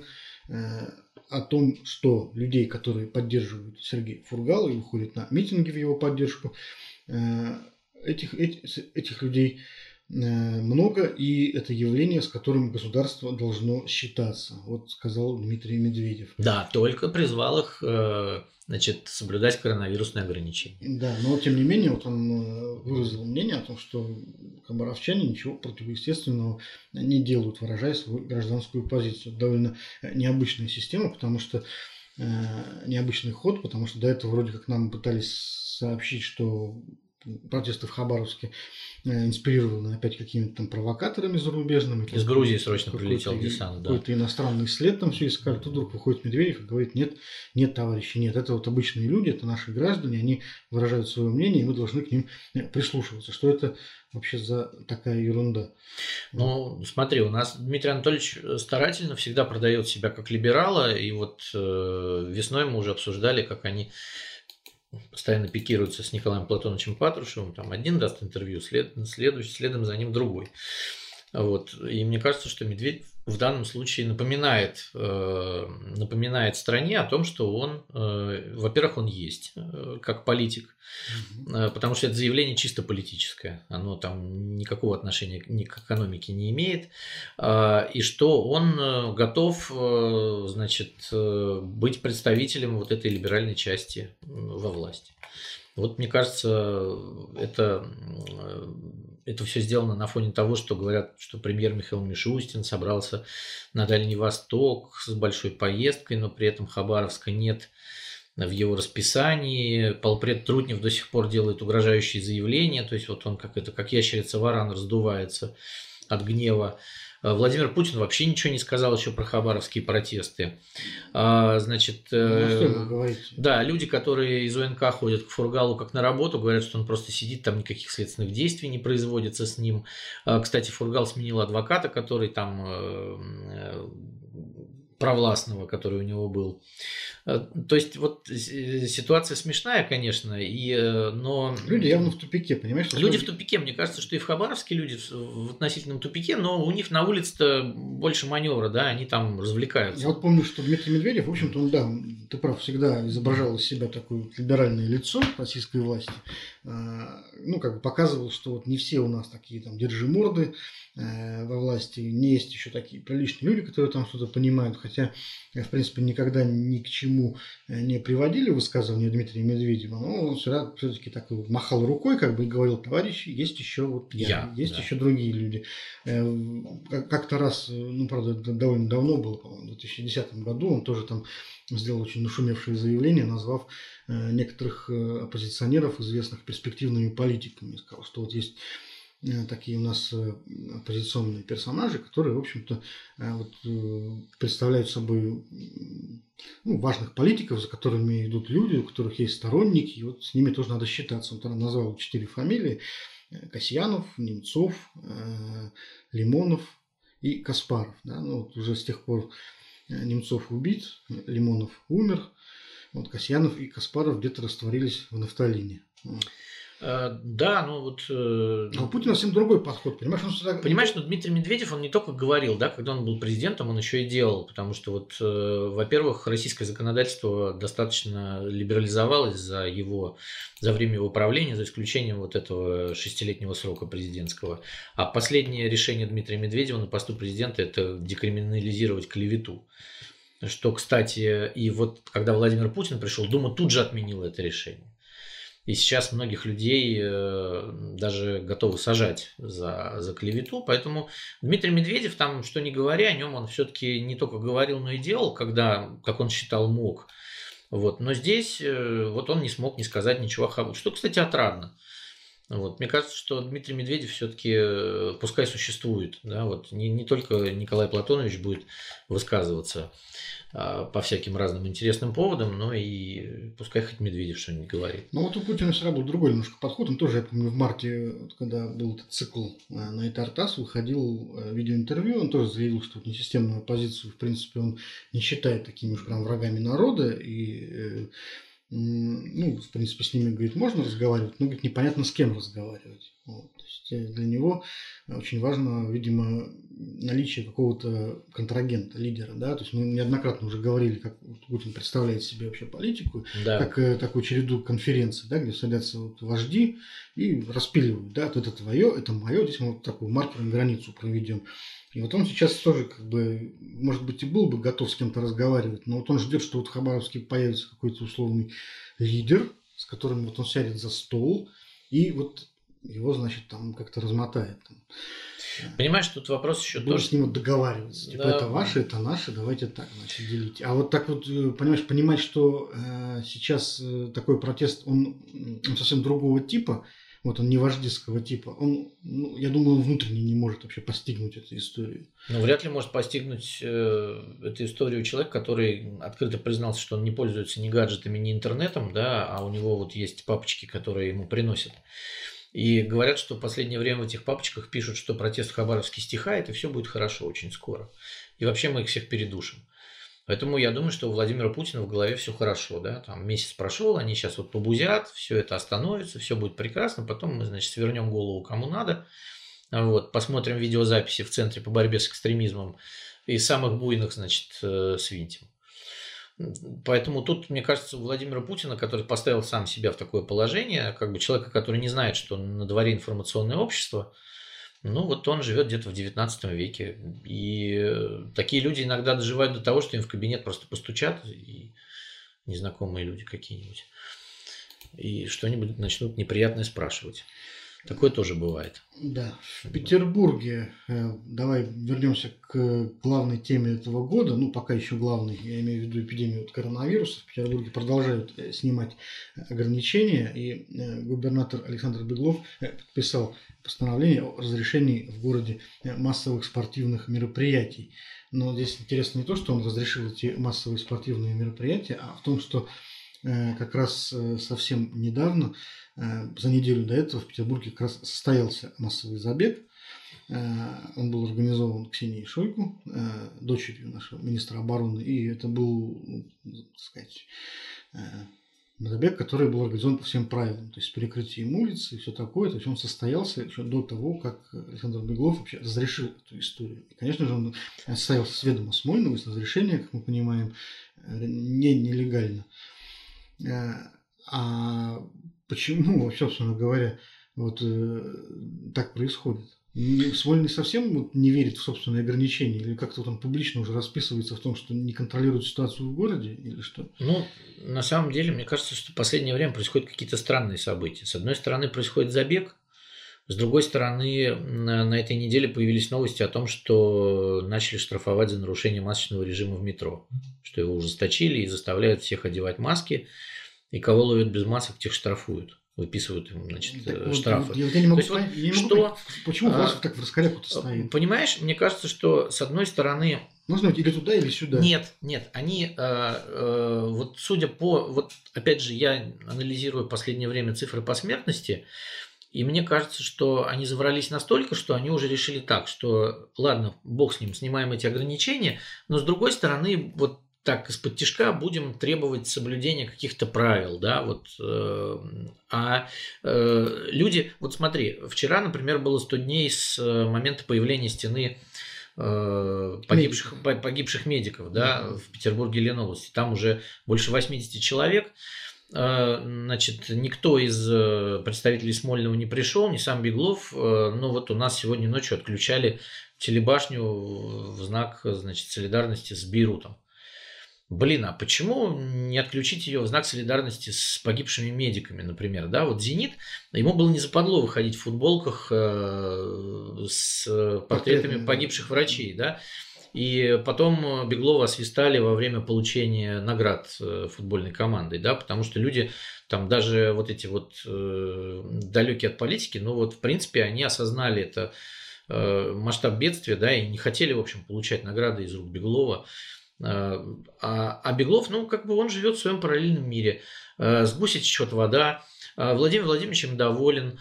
о том, что людей, которые поддерживают Сергея Фургала и выходят на митинги в его поддержку, этих, этих, этих людей много, и это явление, с которым государство должно считаться. Вот сказал Дмитрий Медведев. Да, только призвал их, значит, соблюдать коронавирусные ограничения. Да, но тем не менее, вот он выразил мнение о том, что хабаровчане ничего противоестественного не делают, выражая свою гражданскую позицию. Довольно необычная система, потому что э, необычный ход, потому что до этого вроде как нам пытались сообщить, что протесты в Хабаровске инспирированы опять какими-то там провокаторами зарубежными. Из Грузии срочно прилетел десант, да. Какой-то иностранный след там все искали. Тут вдруг выходит Медведев и говорит: нет, нет, товарищи, нет, это вот обычные люди, это наши граждане, они выражают свое мнение, и мы должны к ним прислушиваться. Что это вообще за такая ерунда? Ну, смотри, у нас Дмитрий Анатольевич старательно всегда продает себя как либерала, и вот э, весной мы уже обсуждали, как они постоянно пикируются с Николаем Платоновичем Патрушевым, там один даст интервью, след, следующий, следом за ним другой. Вот. И мне кажется, что Медведев в данном случае напоминает, э, напоминает стране о том, что он, э, во-первых, он есть э, как политик, э, потому что это заявление чисто политическое, оно там никакого отношения ни к экономике не имеет, э, и что он готов, э, значит, э, быть представителем вот этой либеральной части во власти. Вот, мне кажется, это, это все сделано на фоне того, что говорят, что премьер Михаил Мишустин собрался на Дальний Восток с большой поездкой, но при этом Хабаровска нет в его расписании. Полпред Трутнев до сих пор делает угрожающие заявления, то есть вот он как это, как ящерица-варан раздувается от гнева. Владимир Путин вообще ничего не сказал еще про хабаровские протесты. Значит, ну, да, люди, которые из ОНК ходят к Фургалу как на работу, говорят, что он просто сидит, там никаких следственных действий не производится с ним. Кстати, Фургал сменил адвоката, который там провластного, который у него был. То есть, вот ситуация смешная, конечно, и, но... Люди явно в тупике, понимаешь? Люди в тупике. Мне кажется, что и в Хабаровске люди в относительном тупике, но у них на улице-то больше маневра, да, они там развлекаются. Я вот помню, что Дмитрий Медведев, в общем-то, он, да, ты прав, всегда изображал из себя такое либеральное лицо российской власти. Ну, как бы показывал, что вот не все у нас такие там держиморды во власти, не есть еще такие приличные люди, которые там что-то понимают, хотя, в принципе, никогда ни к чему не приводили высказывания Дмитрия Медведева, но он всегда все-таки так махал рукой, как бы и говорил: товарищи, есть еще вот я, я есть да. еще другие люди. Как-то раз, ну, правда, это довольно давно было, по-моему, в две тысячи десятом году, он тоже там сделал очень нашумевшее заявление, назвав некоторых оппозиционеров, известных перспективными политиками. Сказал, что вот есть такие у нас оппозиционные персонажи, которые, в общем-то, вот, представляют собой, ну, важных политиков, за которыми идут люди, у которых есть сторонники, и вот с ними тоже надо считаться. Он тогда назвал четыре фамилии: Касьянов, Немцов, Лимонов и Каспаров. Да? Ну, вот уже с тех пор Немцов убит, Лимонов умер, вот Касьянов и Каспаров где-то растворились в нафталине. Да, ну вот... А у Путина совсем другой подход, понимаешь? Он всегда... Понимаешь, что Дмитрий Медведев, он не только говорил, да, когда он был президентом, он еще и делал, потому что вот, во-первых, российское законодательство достаточно либерализовалось за его, за время его правления, за исключением вот этого шестилетнего срока президентского. А последнее решение Дмитрия Медведева на посту президента – это декриминализировать клевету. Что, кстати, и вот когда Владимир Путин пришел, Дума тут же отменила это решение. И сейчас многих людей даже готовы сажать за, за клевету. Поэтому Дмитрий Медведев, там, что ни говоря, о нем он все-таки не только говорил, но и делал, когда, как он считал, мог. Вот. Но здесь вот он не смог не сказать ничего о, что, кстати, отрадно. Вот. Мне кажется, что Дмитрий Медведев все-таки пускай существует. Да? Вот. Не, не только Николай Платонович будет высказываться по всяким разным интересным поводам, но и пускай хоть Медведев что-нибудь говорит. Ну вот у Путина всегда был другой немножко подход. Он тоже, я помню, в марте, вот, когда был этот цикл на Итартас, выходил видеоинтервью, он тоже заявил, что вот несистемную оппозицию, в принципе, он не считает такими уж прям врагами народа, и, ну, в принципе, с ними, говорит, можно разговаривать, но, говорит, непонятно, с кем разговаривать. Вот. То есть для него очень важно, видимо, наличие какого-то контрагента, лидера. Да? То есть мы неоднократно уже говорили, как Путин представляет себе вообще политику, Да. как э, такую череду конференций, да, где садятся вот вожди и распиливают, да, вот это твое, это мое, здесь мы вот такую маркерную границу проведем. И вот он сейчас тоже, как бы, может быть, и был бы готов с кем-то разговаривать, но вот он ждет, что вот в Хабаровске появится какой-то условный лидер, с которым вот он сядет за стол, и вот его, значит, там как-то размотает. Там. Понимаешь, тут вопрос еще Будешь тоже... с ним вот договариваться. Типа, Да. это ваше, это наше, давайте так, значит, делить. А вот так вот, понимаешь, понимать, что э, сейчас э, такой протест, он, он совсем другого типа, вот он не вождистского типа, он, ну, я думаю, он внутренне не может вообще постигнуть эту историю. Ну, вряд ли может постигнуть э, эту историю человек, который открыто признался, что он не пользуется ни гаджетами, ни интернетом, да, а у него вот есть папочки, которые ему приносят. И говорят, что в последнее время в этих папочках пишут, что протест в Хабаровске стихает, и все будет хорошо очень скоро. И вообще мы их всех передушим. Поэтому я думаю, что у Владимира Путина в голове все хорошо, да, там месяц прошел, они сейчас вот побузят, все это остановится, все будет прекрасно, потом мы, значит, свернем голову кому надо, вот, посмотрим видеозаписи в Центре по борьбе с экстремизмом и самых буйных, значит, свинтим. Поэтому тут, мне кажется, у Владимира Путина, который поставил сам себя в такое положение, как бы человека, который не знает, что на дворе информационное общество, ну вот он живет где-то в девятнадцатом веке. И такие люди иногда доживают до того, что им в кабинет просто постучат, и незнакомые люди какие-нибудь, и что-нибудь начнут неприятное спрашивать. Такое тоже бывает. Да. В Петербурге, э, давай вернемся к главной теме этого года, ну пока еще главной, я имею в виду эпидемию вот коронавируса. В Петербурге продолжают э, снимать ограничения, и э, губернатор Александр Беглов э, подписал постановление о разрешении в городе э, массовых спортивных мероприятий. Но здесь интересно не то, что он разрешил эти массовые спортивные мероприятия, а в том, что э, как раз э, совсем недавно, за неделю до этого в Петербурге как раз состоялся массовый забег. Он был организован Ксенией Шойгу, дочерью нашего министра обороны. И это был, ну, так сказать, забег, который был организован по всем правилам. То есть с перекрытием улиц и все такое. То есть он состоялся еще до того, как Александр Беглов вообще разрешил эту историю. И, конечно же, он состоялся с ведома Смольного, с разрешения, как мы понимаем, не нелегально. А почему, собственно говоря, вот э, так происходит? Смольный совсем вот не верит в собственные ограничения? Или как-то вот он публично уже расписывается в том, что не контролирует ситуацию в городе? Или что? Ну, на самом деле, мне кажется, что в последнее время происходят какие-то странные события. С одной стороны, происходит забег. С другой стороны, на, на этой неделе появились новости о том, что начали штрафовать за нарушение масочного режима в метро. Что его ужесточили и заставляют всех одевать маски. И кого ловят без масок, тех штрафуют. Выписывают им, значит, так штрафы. Вот, я, я не могу, То есть, вот, я не могу что, понять, почему а, власть так в раскаляку-то стоит? Понимаешь, мне кажется, что с одной стороны... Можно или туда, или сюда? Нет, нет. Они, э, э, вот судя по... Вот опять же, я анализирую в последнее время цифры по смертности, и мне кажется, что они заврались настолько, что они уже решили так, что ладно, бог с ним, снимаем эти ограничения, но с другой стороны, вот так из-под тишка будем требовать соблюдения каких-то правил, да, вот, э, а э, люди, вот смотри, вчера, например, было сто дней с момента появления стены э, погибших, Медик. погибших медиков, да, mm-hmm. в Петербурге и Ленобласти, там уже больше восемьдесят человек, э, значит, никто из представителей Смольного не пришел, ни сам Беглов, э, но вот у нас сегодня ночью отключали телебашню в знак, значит, солидарности с Бейрутом. Блин, а почему не отключить ее в знак солидарности с погибшими медиками, например? Да, вот «Зенит», ему было не западло выходить в футболках э, с портретами погибших врачей, да, и потом Беглова освистали во время получения наград футбольной командой, да, потому что люди, там даже вот эти вот э, далекие от политики, ну вот в принципе они осознали это э, масштаб бедствия, да, и не хотели, в общем, получать награды из рук Беглова. А, а Беглов, ну, как бы он живет в своем параллельном мире. С гуся течет вода. Владимир Владимирович им доволен.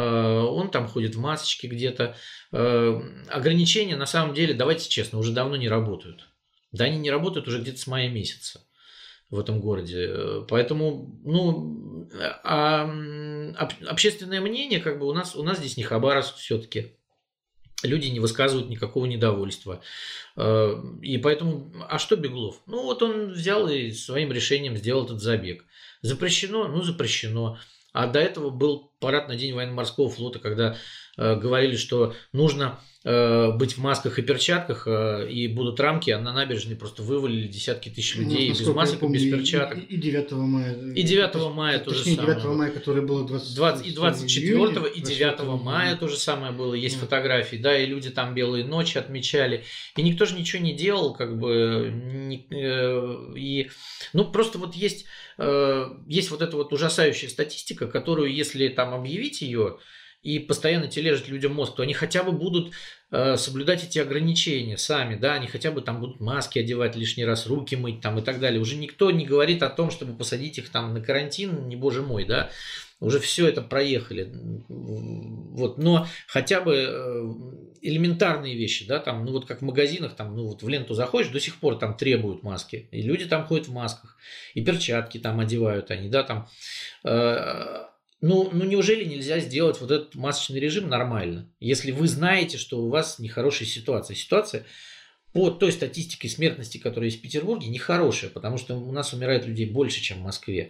Он там ходит в масочке где-то. Ограничения, на самом деле, давайте честно, уже давно не работают. Да, они не работают уже где-то с мая месяца. в этом городе. Поэтому, ну, а, а, общественное мнение, как бы у нас, у нас здесь не Хабаровск все-таки. Люди не высказывают никакого недовольства. И поэтому, а что Беглов? Ну, вот он взял и своим решением сделал этот забег. Запрещено? Ну, запрещено. А до этого был парад на День военно-морского флота, когда э, говорили, что нужно э, быть в масках и перчатках, э, и будут рамки, а на набережной просто вывалили десятки тысяч людей, ну, без масок и без перчаток. И, и девятого мая. И девятого мая то же самое. девятого мая, которое было двадцать, и двадцать четвёртого, июня, и девятого мая то же самое было. Есть да. фотографии, да, и люди там белые ночи отмечали. И никто же ничего не делал, как бы. Не, э, и, ну, просто вот есть, э, есть вот эта вот ужасающая статистика, которую, если там объявить ее и постоянно тележить людям мозг, то они хотя бы будут э, соблюдать эти ограничения сами, да, они хотя бы там будут маски одевать лишний раз, руки мыть там и так далее. Уже никто не говорит о том, чтобы посадить их там на карантин, не боже мой, да, уже все это проехали. Вот, но хотя бы элементарные вещи, да, там, ну вот как в магазинах, там, ну вот в ленту заходишь, до сих пор там требуют маски, и люди там ходят в масках, и перчатки там одевают они, да, там. Э, Ну, ну, неужели нельзя сделать вот этот масочный режим нормально, если вы знаете, что у вас нехорошая ситуация? Ситуация по той статистике смертности, которая есть в Петербурге, нехорошая, потому что у нас умирает людей больше, чем в Москве.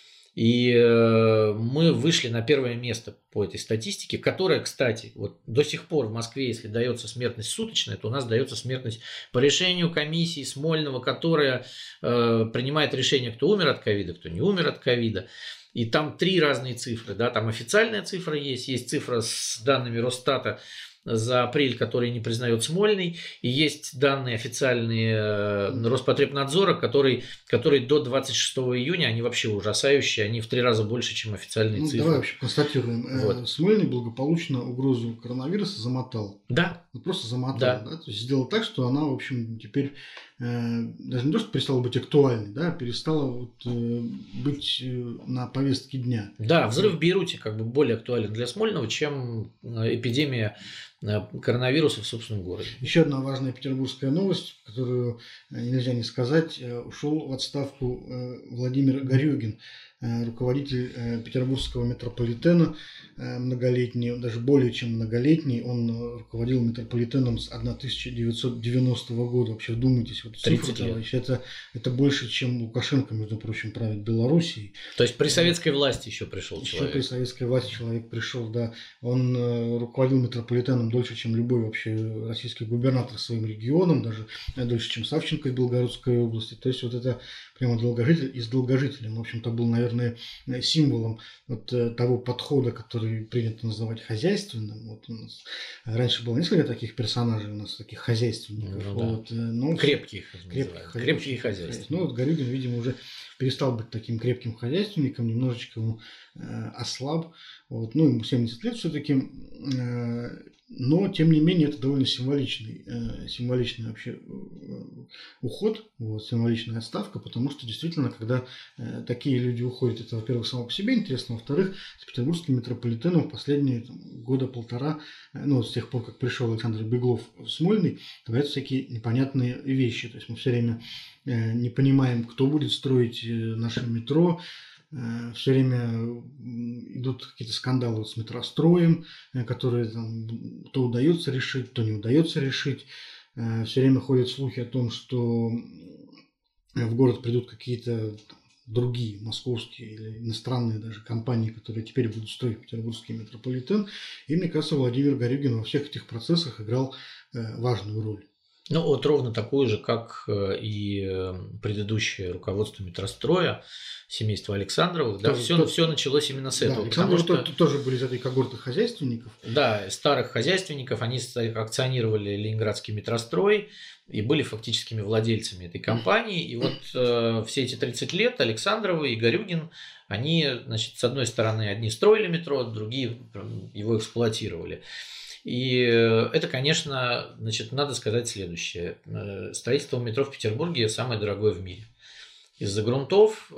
И э, мы вышли на первое место по этой статистике, которая, кстати, вот до сих пор в Москве, если дается смертность суточная, то у нас дается смертность по решению комиссии Смольного, которая э, принимает решение, кто умер от ковида, кто не умер от ковида. И там три разные цифры, да, там официальная цифра есть, есть цифра с данными Росстата за апрель, который не признает Смольный, и есть данные официальные Роспотребнадзора, которые, которые до двадцать шестого июня, они вообще ужасающие, они в три раза больше, чем официальные ну, цифры. Давай вообще констатируем. Вот. Смольный благополучно угрозу коронавируса замотал. Да. Просто замотал, да. да, то есть сделал так, что она, в общем, теперь э, даже не то, что перестала быть актуальной, да, перестала вот, э, быть на повестке дня. Да, взрыв в Бейруте как бы более актуален для Смольного, чем эпидемия коронавируса в собственном городе. Еще одна важная петербургская новость, которую нельзя не сказать, ушел в отставку Владимир Горюгин, руководитель петербургского метрополитена, многолетний, даже более чем многолетний, он руководил метрополитеном с тысяча девятьсот девяностого года. Вообще вдумайтесь, вот цифры, товарищи, это, это больше, чем Лукашенко, между прочим, правит Белоруссией. То есть при советской власти еще пришел еще человек. Еще при советской власти человек пришел, да. Он руководил метрополитеном дольше, чем любой вообще российский губернатор своим регионом, даже дольше, чем Савченко из Белгородской области. То есть вот это прямо долгожитель из долгожителя. В общем-то, был, наверное, символом вот того подхода, который принято называть хозяйственным. Вот у нас раньше было несколько таких персонажей, у нас таких хозяйственников. Ну, вот, да. но крепких, крепких, крепкие хозяйственники. Ну вот Горюгин, видимо, уже перестал быть таким крепким хозяйственником, немножечко ему э, ослаб. Вот. Ну, ему семьдесят лет все-таки. Э, но, тем не менее, это довольно символичный, э, символичный вообще э, уход, вот, символичная отставка, потому что действительно, когда э, такие люди уходят, это, во-первых, само по себе интересно, во-вторых, с петербургским метрополитеном в последние там, года полтора, э, ну, с тех пор, как пришел Александр Беглов в Смольный, творятся всякие непонятные вещи. То есть мы все время э, не понимаем, кто будет строить э, наше метро. Все время идут какие-то скандалы с метростроем, которые там, то удается решить, то не удается решить. Все время ходят слухи о том, что в город придут какие-то другие московские или иностранные даже компании, которые теперь будут строить петербургский метрополитен. И мне кажется, Владимир Горюгин во всех этих процессах играл важную роль. Ну, вот ровно такую же, как и предыдущее руководство метростроя, семейство Александровых, да, все, то, все началось именно с этого. Да, потому что тоже были из этой когорты хозяйственников. Да, старых хозяйственников, они акционировали Ленинградский метрострой и были фактическими владельцами этой компании. И вот э, все эти тридцать лет Александровы и Горюгин, они, значит, с одной стороны, одни строили метро, другие его эксплуатировали. И это, конечно, значит, надо сказать следующее. Строительство метро в Петербурге самое дорогое в мире. Из-за грунтов,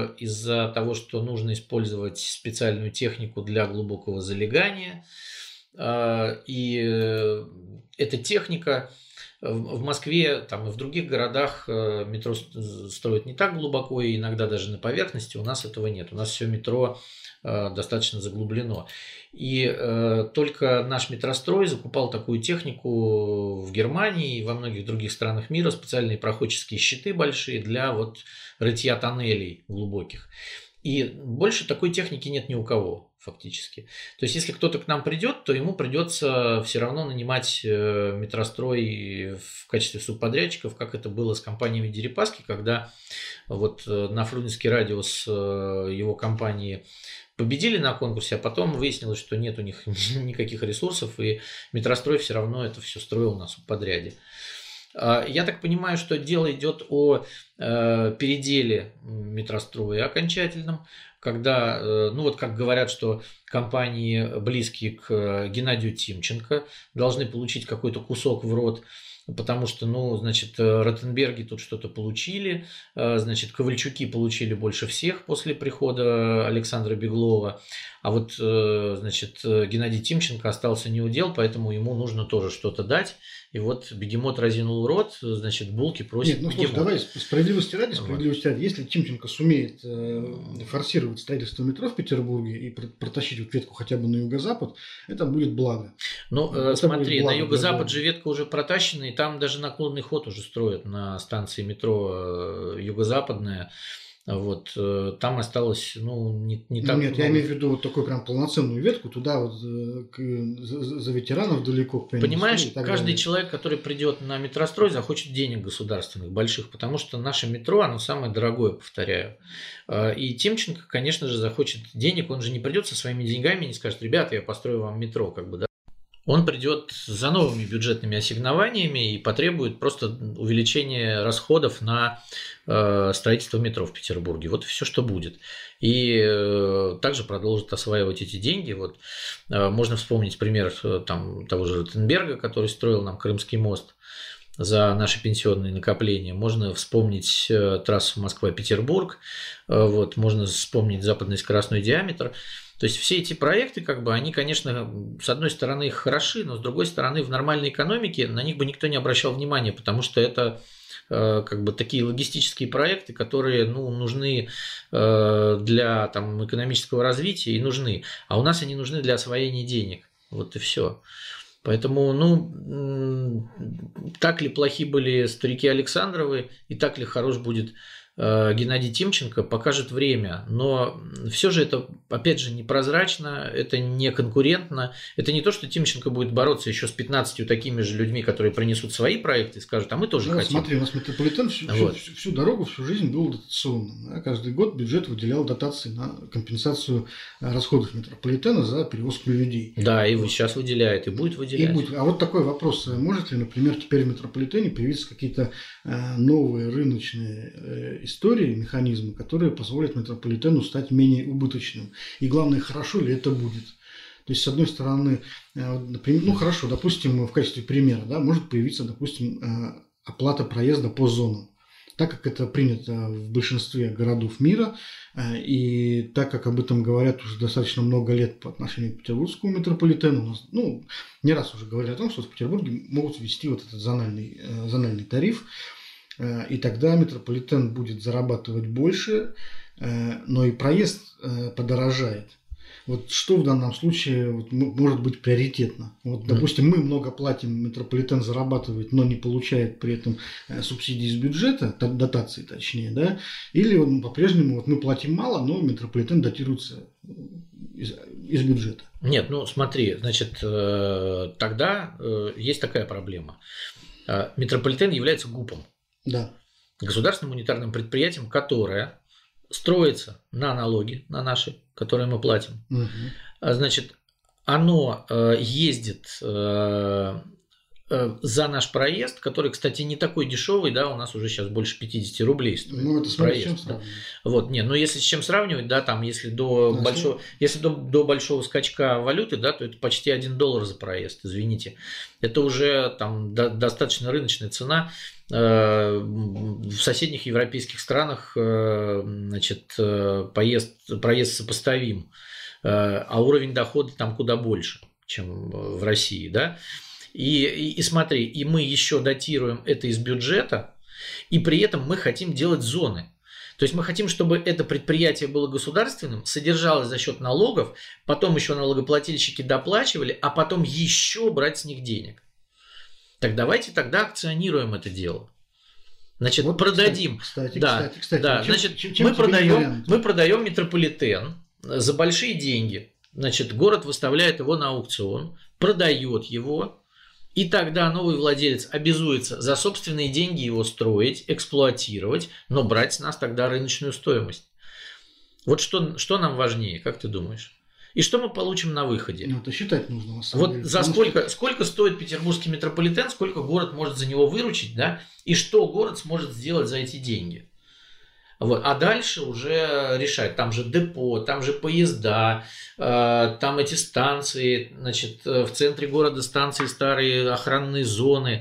из-за того, что нужно использовать специальную технику для глубокого залегания, И эта техника в Москве там, и в других городах метро строят не так глубоко, и иногда даже на поверхности. У нас этого нет. У нас все метро достаточно заглублено. И э, только наш метрострой закупал такую технику в Германии и во многих других странах мира, специальные проходческие щиты большие для вот рытья тоннелей глубоких. И больше такой техники нет ни у кого фактически. То есть, если кто-то к нам придет, то ему придется все равно нанимать метрострой в качестве субподрядчиков, как это было с компаниями Дерипаски, когда вот на Фрунзенский радиус его компании победили на конкурсе, а потом выяснилось, что нет у них никаких ресурсов, и метрострой все равно это все строил на субподряде. Я так понимаю, что дело идет о переделе метростроя окончательном, когда, ну вот как говорят, что компании, близкие к Геннадию Тимченко, должны получить какой-то кусок в рот, потому что, ну, значит, Ротенберги тут что-то получили, значит, Ковальчуки получили больше всех после прихода Александра Беглова, а вот, значит, Геннадий Тимченко остался неудел, поэтому ему нужно тоже что-то дать. И вот бегемот разинул рот, значит, булки просит. Нет, ну слушай, давай справедливости ради, справедливости ради, если Тимченко сумеет э, форсировать строительство метро в Петербурге и протащить вот ветку хотя бы на юго-запад, это будет благо. Ну, это смотри, на юго-запад же ветка уже протащена, и там даже наклонный ход уже строят на станции метро юго-западная. Вот, там осталось, ну, не, не так Нет, много. Я имею в виду вот такую прям полноценную ветку, туда вот к, за, за ветеранов далеко. Понимаешь, каждый далее. Человек, который придет на метрострой, захочет денег государственных больших, потому что наше метро, оно самое дорогое, повторяю. И Тимченко, конечно же, захочет денег, он же не придет со своими деньгами и не скажет: ребята, я построю вам метро, как бы, да. Он придет за новыми бюджетными ассигнованиями и потребует просто увеличения расходов на э, строительство метро в Петербурге. Вот и все, что будет. И э, также продолжит осваивать эти деньги. Вот, э, можно вспомнить пример э, там, того же Ротенберга, который строил нам Крымский мост за наши пенсионные накопления. Можно вспомнить э, трассу Москва-Петербург. Э, вот, можно вспомнить западный скоростной диаметр. То есть все эти проекты, как бы, они, конечно, с одной стороны хороши, но с другой стороны в нормальной экономике на них бы никто не обращал внимания, потому что это э, как бы такие логистические проекты, которые, ну, нужны э, для там, экономического развития и нужны, а у нас они нужны для освоения денег. Вот и все. Поэтому, ну, так ли плохи были старики Александровы и так ли хорош будет Геннадий Тимченко, покажет время. Но все же это, опять же, непрозрачно, это не конкурентно. Это не то, что Тимченко будет бороться еще с пятнадцатью такими же людьми, которые принесут свои проекты и скажут: а мы тоже ну, хотим. Смотри, у нас метрополитен всю, вот. всю, всю дорогу, всю жизнь был дотационным. Да? Каждый год бюджет выделял дотации на компенсацию расходов метрополитена за перевозку людей. Да, и вот. Сейчас выделяет, и будет выделять. И будет. А вот такой вопрос. Может ли, например, теперь в метрополитене появиться какие-то новые рыночные истории, механизмы, которые позволят метрополитену стать менее убыточным? И главное, хорошо ли это будет? То есть, с одной стороны, например, ну хорошо, допустим, в качестве примера, да, может появиться, допустим, оплата проезда по зонам. Так как это принято в большинстве городов мира, и так как об этом говорят уже достаточно много лет по отношению к петербургскому метрополитену, у нас, ну, не раз уже говорили о том, что в Петербурге могут ввести вот этот зональный, зональный тариф, и тогда метрополитен будет зарабатывать больше, но и проезд подорожает. Вот что в данном случае вот, может быть приоритетно? Вот, допустим, мы много платим, метрополитен зарабатывает, но не получает при этом субсидии из бюджета, дотации точнее, да? Или он по-прежнему вот, мы платим мало, но метрополитен датируется из, из бюджета? Нет, ну смотри, значит, тогда есть такая проблема. Метрополитен является ГУПом. Да. Государственным унитарным предприятием, которое строится на налоги, на наши, которые мы платим. Угу. Значит, оно ездит за наш проезд, который, кстати, не такой дешевый, да, у нас уже сейчас больше пятьдесят рублей стоит. Ну, это проезд, с чем да. сравнивать? Вот, нет, но если с чем сравнивать, да, там, если до да, большого, если до, до большого скачка валюты, да, то это почти один доллар за проезд, извините. Это уже там до, достаточно рыночная цена. В соседних европейских странах, значит, поезд, проезд сопоставим, а уровень дохода там куда больше. чем в России, да. И, и, и смотри, и мы еще датируем это из бюджета, и при этом мы хотим делать зоны. То есть мы хотим, чтобы это предприятие было государственным, содержалось за счет налогов, потом еще налогоплательщики доплачивали, а потом еще брать с них денег. Так давайте тогда акционируем это дело. Значит, вот, продадим. Кстати, да, кстати, кстати. Да, Чем, значит, чем, чем мы, продаем, мы продаем метрополитен за большие деньги. Значит, город выставляет его на аукцион, продает его. И тогда новый владелец обязуется за собственные деньги его строить, эксплуатировать, но брать с нас тогда рыночную стоимость. Вот что, что нам важнее, как ты думаешь? И что мы получим на выходе? Ну, это считать нужно, на самом вот деле. За сколько, что... сколько стоит петербургский метрополитен, сколько город может за него выручить, да? И что город сможет сделать за эти деньги? Вот. А дальше уже решать. Там же депо, там же поезда, э, там эти станции, значит, в центре города станции старые, охранные зоны.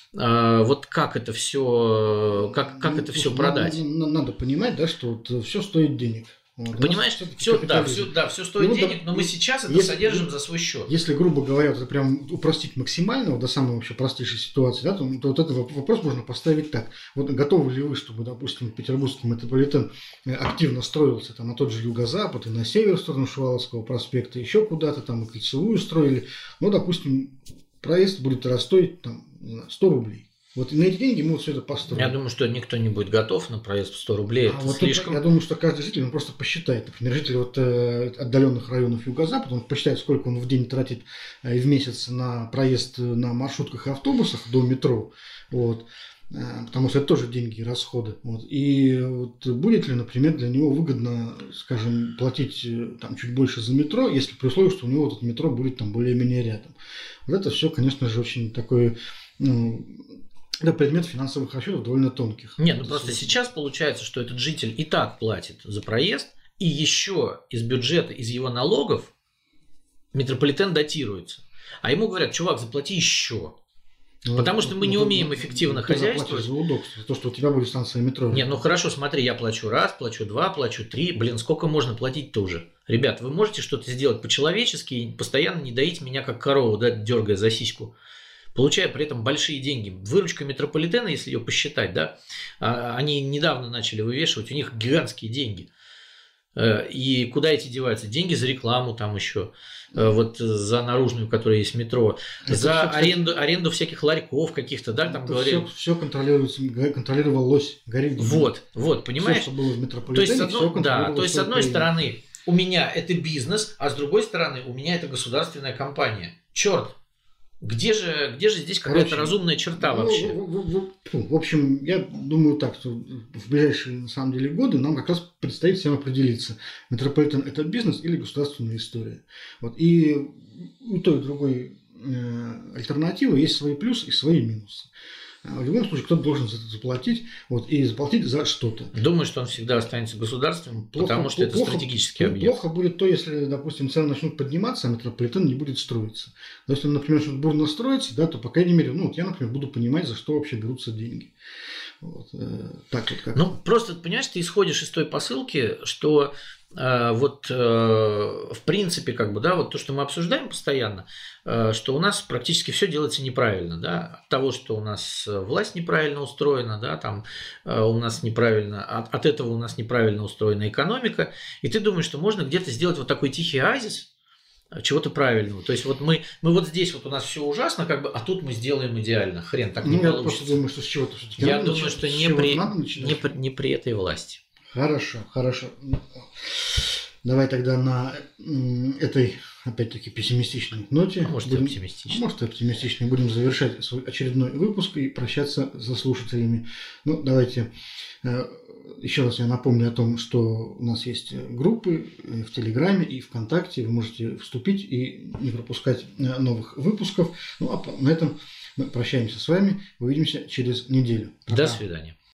Э, вот как это все, как, как ну, это все продать? Надо, надо понимать, да, что вот все стоит денег. Вот. Понимаешь, все, да, все, да, все стоит ну, денег, да, но мы сейчас это если, содержим за свой счет. Если, грубо говоря, это прям упростить максимально, вот до самой вообще простейшей ситуации, да, то, то вот этот вопрос можно поставить так. Вот готовы ли вы, чтобы, допустим, петербургский метрополитен активно строился там на тот же юго-запад и на север в сторону Шуваловского проспекта, еще куда-то там и Кольцевую строили, ну, допустим, проезд будет стоить там сто рублей. Вот и на эти деньги мы вот все это построим. Я думаю, что никто не будет готов на проезд в сто рублей. А это вот слишком... это, я думаю, что каждый житель он просто посчитает. Например, житель вот, э, отдаленных районов юго-запада, он посчитает, сколько он в день тратит э, в месяц на проезд на маршрутках и автобусах до метро. Вот. Э, потому что это тоже деньги и расходы. Вот. И вот, будет ли, например, для него выгодно, скажем, платить э, там, чуть больше за метро, если при условии, что у него вот, метро будет там более-менее рядом. Вот это все, конечно же, очень такое... Ну, это предмет финансовых расчетов довольно тонких. Нет, ну просто сейчас получается, что этот житель и так платит за проезд, и еще из бюджета, из его налогов метрополитен датируется. А ему говорят, чувак, заплати еще. Ну, Потому что мы не умеем эффективно хозяйствовать. За удобство, за то, что у тебя будет станция метро. Нет, ну хорошо, смотри, я плачу раз, плачу два, плачу три. Блин, сколько можно платить тоже? Ребят, вы можете что-то сделать по-человечески и постоянно не доить меня как корову, да, дергая за сиську, получая при этом большие деньги. Выручка метрополитена, если ее посчитать, да, они недавно начали вывешивать, у них гигантские деньги. И куда эти деваются? Деньги за рекламу там еще, вот за наружную, которая есть метро, это за все, аренду, аренду всяких ларьков каких-то, да, там говорили. Все, все контролируется, контролировалось Горель. Вот, вот, понимаешь? Все, что было в метрополитене, то есть, одно, да, то есть с одной стороны у меня это бизнес, а с другой стороны у меня это государственная компания. Черт! Где же, где же здесь какая-то Короче, разумная черта ну, вообще? В, в, в, в общем, я думаю так, что в ближайшие, на самом деле, годы нам как раз предстоит всем определиться, метрополитен – это бизнес или государственная история. Вот. И у той и другой э, альтернативы есть свои плюсы и свои минусы. В любом случае, кто-то должен за это заплатить, вот, и заплатить за что-то. Думаю, что он всегда останется государственным, плохо, потому что плохо, это стратегический плохо, объект. Плохо будет то, если, допустим, цены начнут подниматься, а метрополитен не будет строиться. Но если он, например, начнет бурно строиться, да, то, по крайней мере, ну, вот я, например, буду понимать, за что вообще берутся деньги. Вот, э, так вот как. Ну, просто, понимаешь, ты исходишь из той посылки, что э, вот э, в принципе, как бы, да, вот то, что мы обсуждаем постоянно, э, что у нас практически все делается неправильно, да, от того, что у нас власть неправильно устроена, да, там э, у нас неправильно, от, от этого у нас неправильно устроена экономика, и ты думаешь, что можно где-то сделать вот такой тихий оазис чего-то правильного. То есть вот мы, мы вот здесь вот у нас все ужасно, как бы, а тут мы сделаем идеально. Хрен, так ну, не я получится. Просто думаю, что с чего-то все-таки Я думаю, что не при, не, при, не при этой власти. Хорошо, хорошо. Давай тогда на этой, опять-таки, пессимистичной ноте. Может, будем, и оптимистичной. Может, и оптимистичной. Будем завершать свой очередной выпуск и прощаться со слушателями. Ну, давайте еще раз я напомню о том, что у нас есть группы в Телеграме и ВКонтакте. Вы можете вступить и не пропускать новых выпусков. Ну, а на этом мы прощаемся с вами. Увидимся через неделю. Пока. До свидания.